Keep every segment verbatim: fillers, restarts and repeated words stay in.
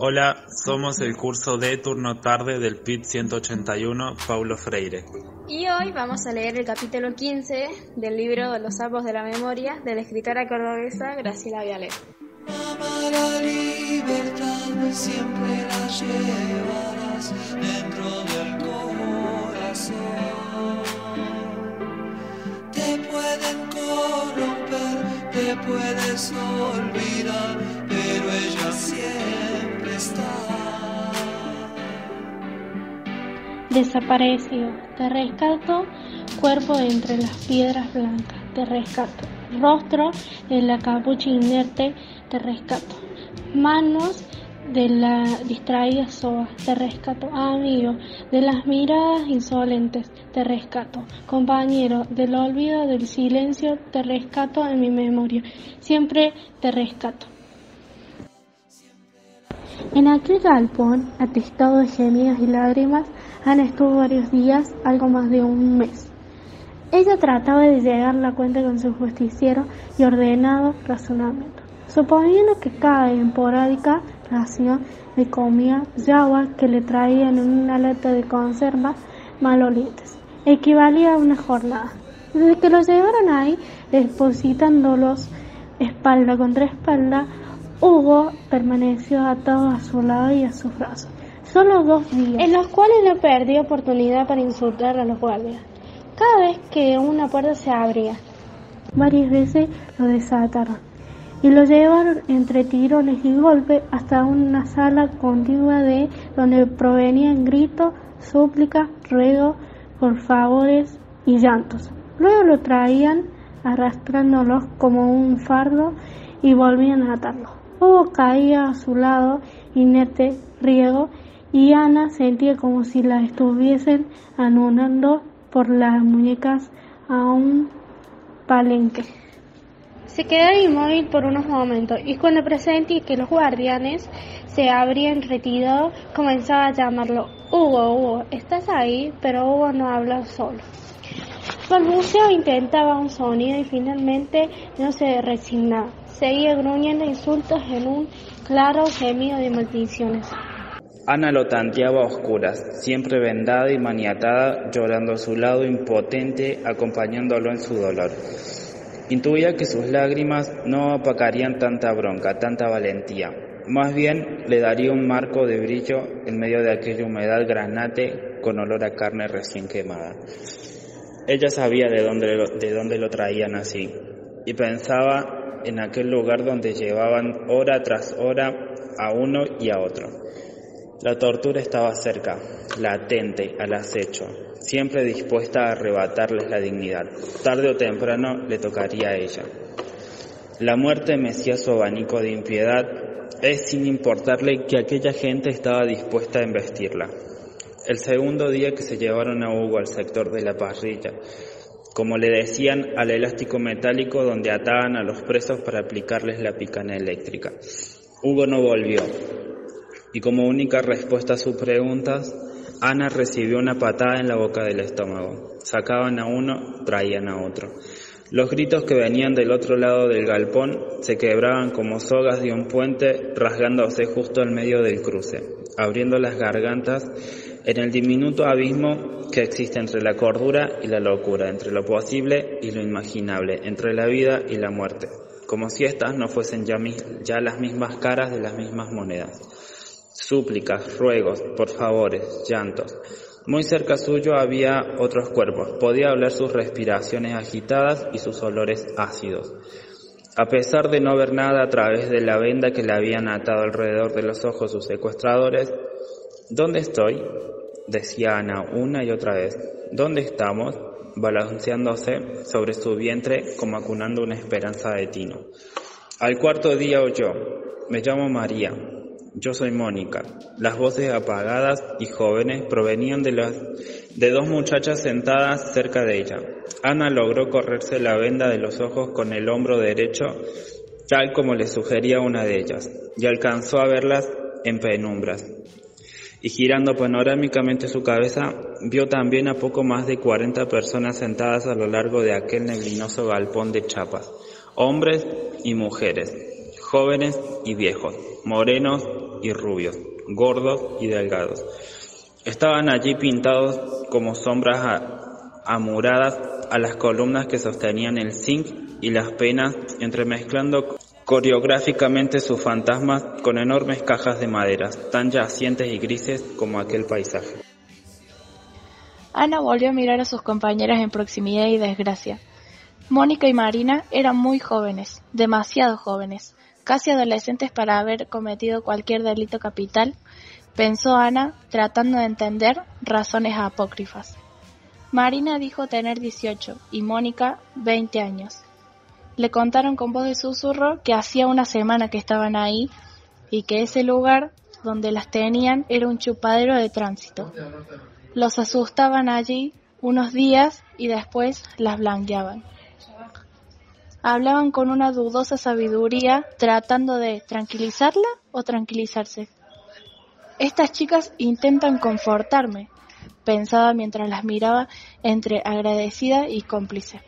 Hola, somos el curso de turno tarde del P I T ciento ochenta y uno, Paulo Freire. Y hoy vamos a leer el capítulo quince del libro Los sapos de la memoria de la escritora cordobesa Graciela Viale. Ama la libertad, siempre la llevarás dentro del corazón. Te pueden corromper, te puedes olvidar, pero ella siempre está. Desaparecido, te rescato, cuerpo entre las piedras blancas, te rescato, rostro en la capucha inerte, te rescato, manos de la distraída soga, te rescato, amigo de las miradas insolentes, te rescato, compañero del olvido del silencio, te rescato en mi memoria, siempre te rescato. En aquel galpón, atestado de gemidos y lágrimas, Ana estuvo varios días, algo más de un mes. Ella trataba de llegar a la cuenta con su justiciero y ordenado razonamiento, suponiendo que cada esporádica ración de comida yagua que le traían en una lata de conserva malolientes equivalía a una jornada. Desde que lo llevaron ahí, depositándolos espalda contra espalda, Hugo permaneció atado a su lado y a sus brazos. Solo dos días, en los cuales no perdió oportunidad para insultar a los guardias. Cada vez que una puerta se abría, varias veces lo desataron y lo llevaron entre tirones y golpes hasta una sala contigua de donde provenían gritos, súplicas, ruegos por favores y llantos. Luego lo traían arrastrándolos como un fardo y volvían a atarlo. Hugo caía a su lado, inerte, riego, y Ana sentía como si la estuviesen anonando por las muñecas a un palenque. Se quedó inmóvil por unos momentos y cuando presentí que los guardianes se habrían retirado, comenzaba a llamarlo. Hugo, Hugo, ¿estás ahí? Pero Hugo no hablaba solo. Balbuceaba, intentaba un sonido y finalmente no se resignaba. Seguía gruñendo insultos en un claro gemido de maldiciones. Ana lo tanteaba a oscuras, siempre vendada y maniatada, llorando a su lado, impotente, acompañándolo en su dolor. Intuía que sus lágrimas no opacarían tanta bronca, tanta valentía. Más bien le daría un marco de brillo en medio de aquella humedad granate con olor a carne recién quemada. Ella sabía de dónde lo, de dónde lo traían así y pensaba en aquel lugar donde llevaban hora tras hora a uno y a otro. La tortura estaba cerca, latente, al acecho, siempre dispuesta a arrebatarles la dignidad. Tarde o temprano le tocaría a ella. La muerte mecía su abanico de impiedad, es sin importarle que aquella gente estaba dispuesta a embestirla. El segundo día que se llevaron a Hugo al sector de la parrilla, como le decían, al elástico metálico donde ataban a los presos para aplicarles la picana eléctrica. Hugo no volvió. Y como única respuesta a sus preguntas, Ana recibió una patada en la boca del estómago. Sacaban a uno, traían a otro. Los gritos que venían del otro lado del galpón se quebraban como sogas de un puente, rasgándose justo en medio del cruce, abriendo las gargantas en el diminuto abismo que existe entre la cordura y la locura, entre lo posible y lo imaginable, entre la vida y la muerte, como si éstas no fuesen ya, ya las mismas caras de las mismas monedas. Súplicas, ruegos, por favores, llantos. Muy cerca suyo había otros cuerpos. Podía oler sus respiraciones agitadas y sus olores ácidos. A pesar de no ver nada a través de la venda que le habían atado alrededor de los ojos sus secuestradores, ¿dónde estoy?, decía Ana una y otra vez. ¿Dónde estamos?, balanceándose sobre su vientre como acunando una esperanza de tino. Al cuarto día oyó: me llamo María. Yo soy Mónica. Las voces apagadas y jóvenes provenían de las de dos muchachas sentadas cerca de ella. Ana logró correrse la venda de los ojos con el hombro derecho, tal como le sugería una de ellas, y alcanzó a verlas en penumbras. Y girando panorámicamente su cabeza, vio también a poco más de cuarenta personas sentadas a lo largo de aquel neblinoso galpón de chapas, hombres y mujeres, jóvenes y viejos, morenos y rubios, gordos y delgados. Estaban allí pintados como sombras a, amuradas a las columnas que sostenían el zinc y las penas, entremezclando coreográficamente sus fantasmas con enormes cajas de madera, tan yacientes y grises como aquel paisaje. Ana volvió a mirar a sus compañeras en proximidad y desgracia. Mónica y Marina eran muy jóvenes, demasiado jóvenes, casi adolescentes para haber cometido cualquier delito capital, pensó Ana, tratando de entender razones apócrifas. Marina dijo tener dieciocho y Mónica veinte años. Le contaron con voz de susurro que hacía una semana que estaban ahí y que ese lugar donde las tenían era un chupadero de tránsito. Los asustaban allí unos días y después las blanqueaban. Hablaban con una dudosa sabiduría, tratando de tranquilizarla o tranquilizarse. Estas chicas intentan confortarme, pensaba mientras las miraba entre agradecida y cómplice.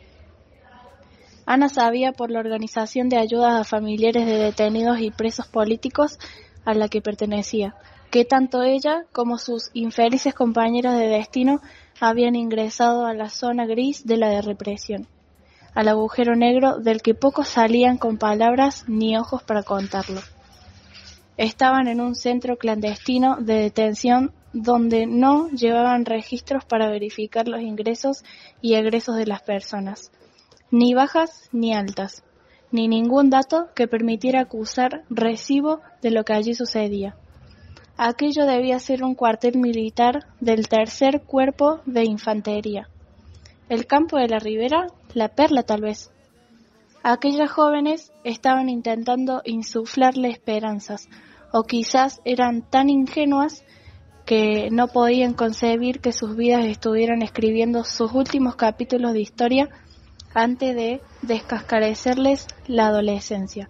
Ana sabía por la organización de ayudas a familiares de detenidos y presos políticos a la que pertenecía, que tanto ella como sus infelices compañeras de destino habían ingresado a la zona gris de la represión, al agujero negro del que pocos salían con palabras ni ojos para contarlo. Estaban en un centro clandestino de detención donde no llevaban registros para verificar los ingresos y egresos de las personas, ni bajas ni altas, ni ningún dato que permitiera acusar recibo de lo que allí sucedía. Aquello debía ser un cuartel militar del tercer cuerpo de infantería. El campo de la Ribera, la Perla tal vez. Aquellas jóvenes estaban intentando insuflarle esperanzas, o quizás eran tan ingenuas que no podían concebir que sus vidas estuvieran escribiendo sus últimos capítulos de historia antes de descascarecerles la adolescencia.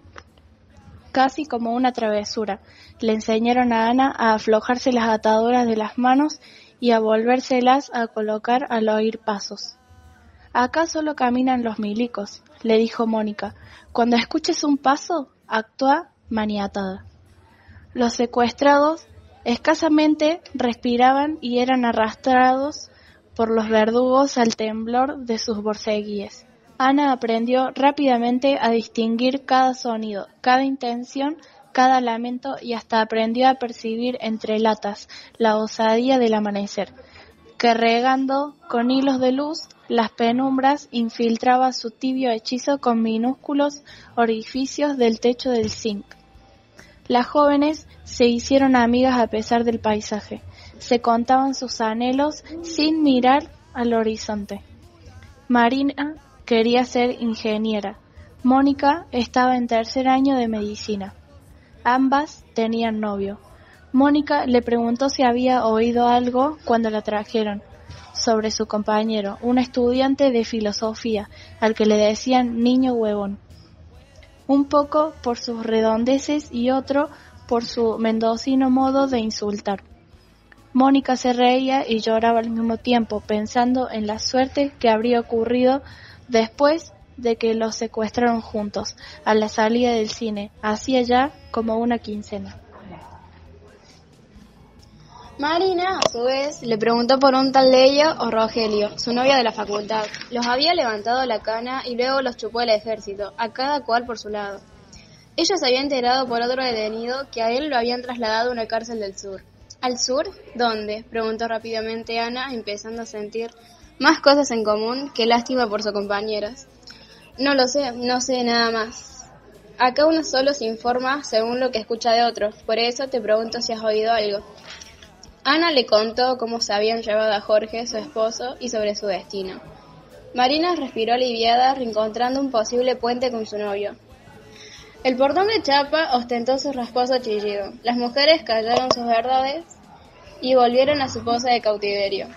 Casi como una travesura, le enseñaron a Ana a aflojarse las ataduras de las manos y a volvérselas a colocar al oír pasos. Acá solo caminan los milicos, le dijo Mónica. Cuando escuches un paso, actúa maniatada. Los secuestrados escasamente respiraban y eran arrastrados por los verdugos al temblor de sus borceguíes. Ana aprendió rápidamente a distinguir cada sonido, cada intención, cada lamento y hasta aprendió a percibir entre latas la osadía del amanecer, que regando con hilos de luz las penumbras infiltraba su tibio hechizo con minúsculos orificios del techo del zinc. Las jóvenes se hicieron amigas a pesar del paisaje, se contaban sus anhelos sin mirar al horizonte. Marina quería ser ingeniera, Mónica estaba en tercer año de medicina. Ambas tenían novio. Mónica le preguntó si había oído algo cuando la trajeron sobre su compañero, un estudiante de filosofía, al que le decían niño huevón. Un poco por sus redondeces y otro por su mendocino modo de insultar. Mónica se reía y lloraba al mismo tiempo, pensando en la suerte que habría ocurrido después de que los secuestraron juntos, a la salida del cine, hacía ya como una quincena. Marina, a su vez, le preguntó por un tal Leyo o Rogelio, su novia de la facultad. Los había levantado la cana y luego los chupó el ejército, a cada cual por su lado. Ella se había enterado por otro detenido que a él lo habían trasladado a una cárcel del sur. ¿Al sur? ¿Dónde?, preguntó rápidamente Ana, empezando a sentir más cosas en común que lástima por sus compañeras. No lo sé, no sé nada más. Acá uno solo se informa según lo que escucha de otros, por eso te pregunto si has oído algo. Ana le contó cómo se habían llevado a Jorge, su esposo, y sobre su destino. Marina respiró aliviada, reencontrando un posible puente con su novio. El portón de chapa ostentó su rasposo chillido. Las mujeres callaron sus verdades y volvieron a su posa de cautiverio.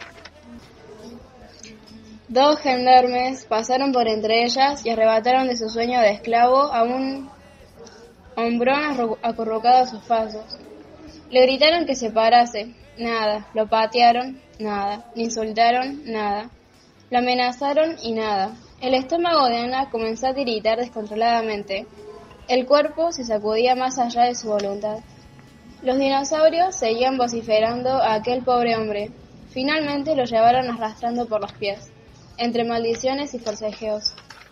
Dos gendarmes pasaron por entre ellas y arrebataron de su sueño de esclavo a un hombrón acurrucado a sus pasos. Le gritaron que se parase. Nada. Lo patearon. Nada. Le insultaron. Nada. Lo amenazaron y nada. El estómago de Ana comenzó a tiritar descontroladamente. El cuerpo se sacudía más allá de su voluntad. Los dinosaurios seguían vociferando a aquel pobre hombre. Finalmente lo llevaron arrastrando por los pies, entre maldiciones y forcejeos.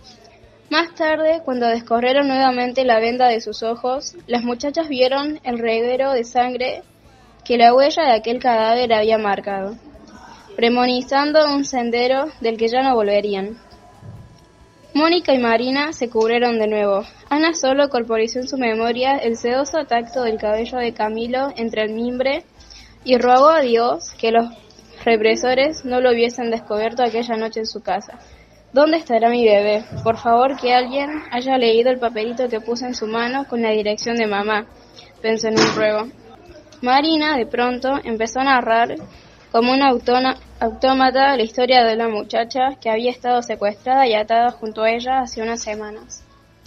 Más tarde, cuando descorrieron nuevamente la venda de sus ojos, las muchachas vieron el reguero de sangre que la huella de aquel cadáver había marcado, premonizando un sendero del que ya no volverían. Mónica y Marina se cubrieron de nuevo. Ana solo corporizó en su memoria el sedoso tacto del cabello de Camilo entre el mimbre y rogó a Dios que los represores no lo hubiesen descubierto aquella noche en su casa. ¿Dónde estará mi bebé? Por favor, que alguien haya leído el papelito que puse en su mano con la dirección de mamá, pensó en un ruego. Marina, de pronto, empezó a narrar como un autóna, autómata la historia de la muchacha que había estado secuestrada y atada junto a ella hace unas semanas.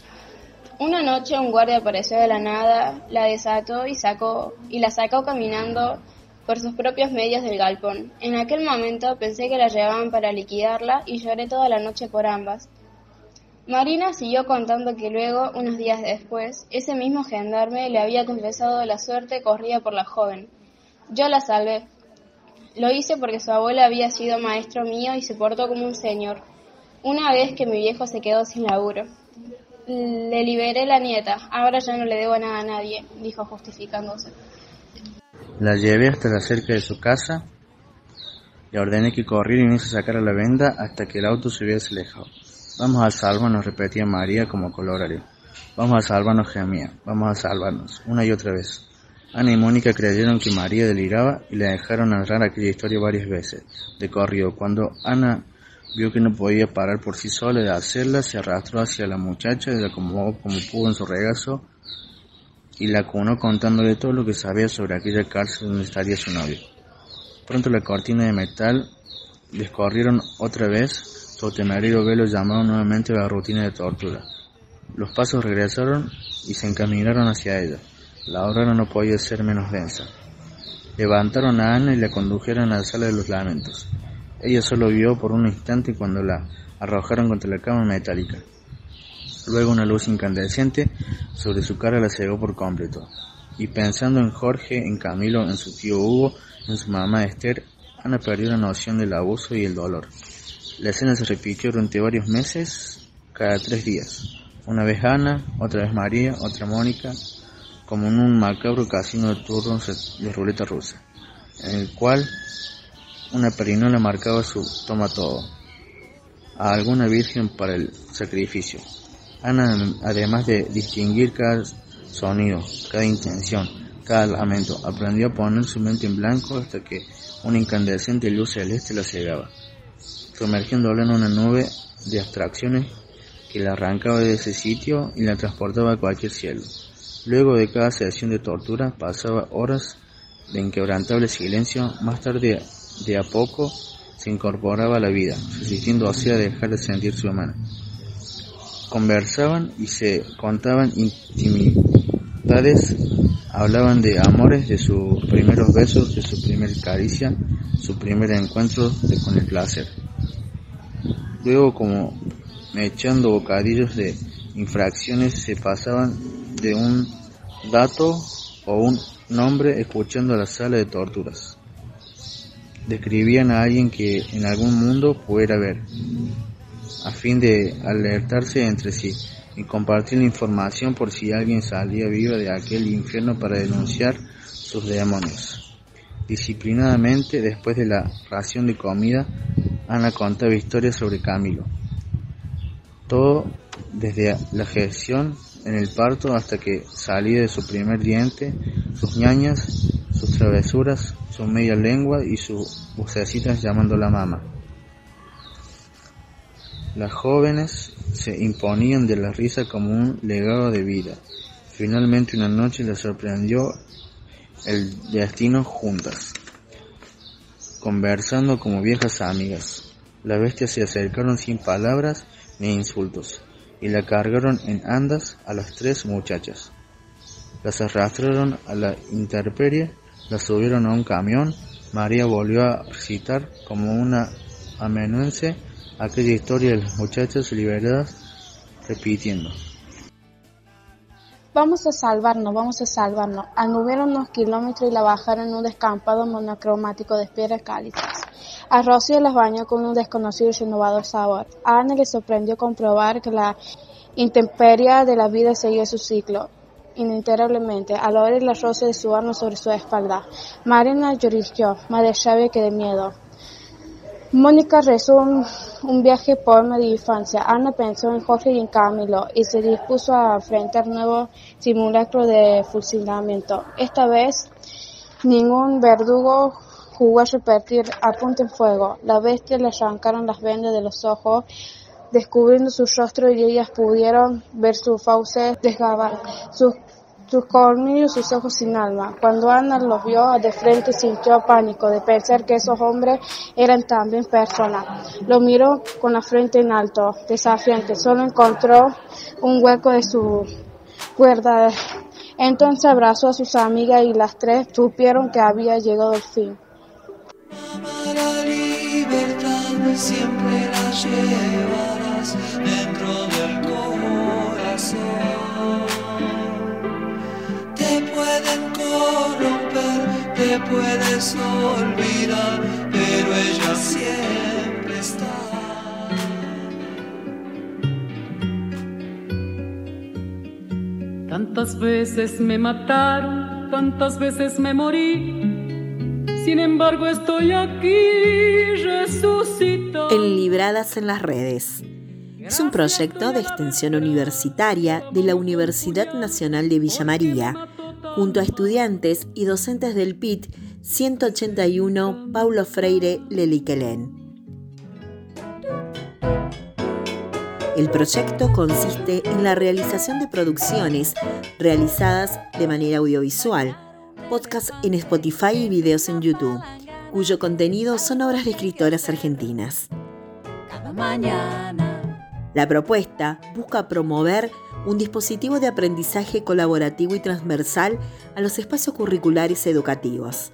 Una noche un guardia apareció de la nada, la desató y, sacó, y la sacó caminando por sus propios medios del galpón. En aquel momento pensé que la llevaban para liquidarla y lloré toda la noche por ambas. Marina siguió contando que luego, unos días después, ese mismo gendarme le había confesado la suerte corrida por la joven. Yo la salvé. Lo hice porque su abuela había sido maestro mío y se portó como un señor. Una vez que mi viejo se quedó sin laburo. Le liberé la nieta, ahora ya no le debo nada a nadie, dijo justificándose. La llevé hasta la cerca de su casa, le ordené que corriera y no se sacara la venda hasta que el auto se hubiese alejado. Vamos a salvarnos, repetía María como colorario. Vamos a salvarnos, gemía, vamos a salvarnos, una y otra vez. Ana y Mónica creyeron que María deliraba y la dejaron narrar aquella historia varias veces, de corrido. Cuando Ana vio que no podía parar por sí sola de hacerla, se arrastró hacia la muchacha y la acomodó como pudo en su regazo y la acunó contándole todo lo que sabía sobre aquella cárcel donde estaría su novio. Pronto la cortina de metal descorrieron otra vez, su temerario velo llamado nuevamente la rutina de tortura. Los pasos regresaron y se encaminaron hacia ella. La hora no podía ser menos densa. Levantaron a Ana y la condujeron a la sala de los lamentos. Ella solo vio por un instante cuando la arrojaron contra la cama metálica. Luego una luz incandescente sobre su cara la cegó por completo. Y pensando en Jorge, en Camilo, en su tío Hugo, en su mamá Esther, Ana perdió la noción del abuso y el dolor. La escena se repitió durante varios meses, cada tres días. Una vez Ana, otra vez María, otra Mónica, como en un macabro casino de turnos de ruleta rusa, en el cual una perinola marcaba su toma todo, a alguna virgen para el sacrificio. Ana, además de distinguir cada sonido, cada intención, cada lamento, aprendió a poner su mente en blanco hasta que una incandescente luz celeste la cegaba, sumergiéndola en una nube de abstracciones que la arrancaba de ese sitio y la transportaba a cualquier cielo. Luego de cada sesión de tortura pasaba horas de inquebrantable silencio. Más tarde, de a poco, se incorporaba a la vida, resistiendo así a dejar de sentirse humana. Conversaban y se contaban intimidades, hablaban de amores, de sus primeros besos, de su primer caricia, su primer encuentro de, con el placer. Luego, como echando bocadillos de infracciones, se pasaban de un dato o un nombre escuchando la sala de torturas. Describían a alguien que en algún mundo pudiera ver, a fin de alertarse entre sí y compartir la información por si alguien salía vivo de aquel infierno para denunciar sus demonios. Disciplinadamente, después de la ración de comida, Ana contaba historias sobre Camilo. Todo desde la gestión en el parto hasta que salía de su primer diente, sus ñañas, sus travesuras, su media lengua y sus vocecitas llamándola mamá. Las jóvenes se imponían de la risa como un legado de vida. Finalmente una noche les sorprendió el destino juntas, conversando como viejas amigas. Las bestias se acercaron sin palabras ni insultos y la cargaron en andas a las tres muchachas. Las arrastraron a la intemperie, las subieron a un camión. María volvió a recitar como una amanuense aquella historia de las muchachas liberadas, repitiendo: Vamos a salvarnos, vamos a salvarnos. Anduvieron unos kilómetros y la bajaron en un descampado monocromático de piedras calizas. A Rocío las bañó con un desconocido y innovador sabor. A Ana le sorprendió comprobar que la intemperie de la vida seguía su ciclo ininterrumpemente. Al oír la roce de su arma sobre su espalda, Marina lloriqueó, más de rabia que de miedo. Mónica rezó un, un viaje poema de infancia. Ana pensó en Jorge y en Camilo y se dispuso a enfrentar nuevo simulacro de fusilamiento. Esta vez ningún verdugo jugó a repetir apunte en fuego. La bestia le arrancaron las vendas de los ojos, descubriendo su rostro, y ellas pudieron ver sus fauces desgarradas, sus, sus colmillos, sus ojos sin alma. Cuando Ana los vio de frente, sintió pánico de pensar que esos hombres eran también personas. Lo miró con la frente en alto, desafiante. Solo encontró un hueco de su cuerda. Entonces abrazó a sus amigas y las tres supieron que había llegado el fin. La libertad siempre la llevarás dentro del corazón. Te pueden corromper, te puedes olvidar, pero ella siempre está. Tantas veces me mataron, tantas veces me morí. Sin embargo estoy aquí, resucito. En Libradas en las Redes. Es un proyecto de extensión universitaria de la Universidad Nacional de Villa María, junto a estudiantes y docentes del P I T ciento ochenta y uno Paulo Freire Leliquelén. El proyecto consiste en la realización de producciones realizadas de manera audiovisual, podcasts en Spotify y videos en YouTube, cuyo contenido son obras de escritoras argentinas. Cada mañana. La propuesta busca promover un dispositivo de aprendizaje colaborativo y transversal a los espacios curriculares educativos.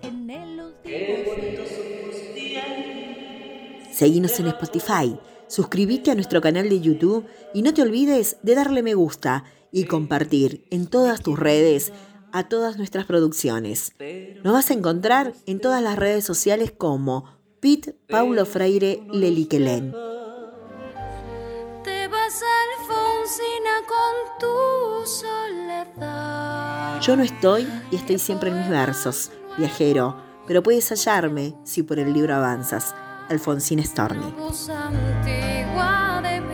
Seguinos en Spotify, suscríbete a nuestro canal de YouTube y no te olvides de darle me gusta y compartir en todas tus redes a todas nuestras producciones. Nos vas a encontrar en todas las redes sociales como P I T Paulo Freire Leliquelén. Te vas, Alfonsina, con tu soledad. Yo no estoy y estoy siempre en mis versos, viajero, pero puedes hallarme si por el libro avanzas. Alfonsina Storni. Voz antigua de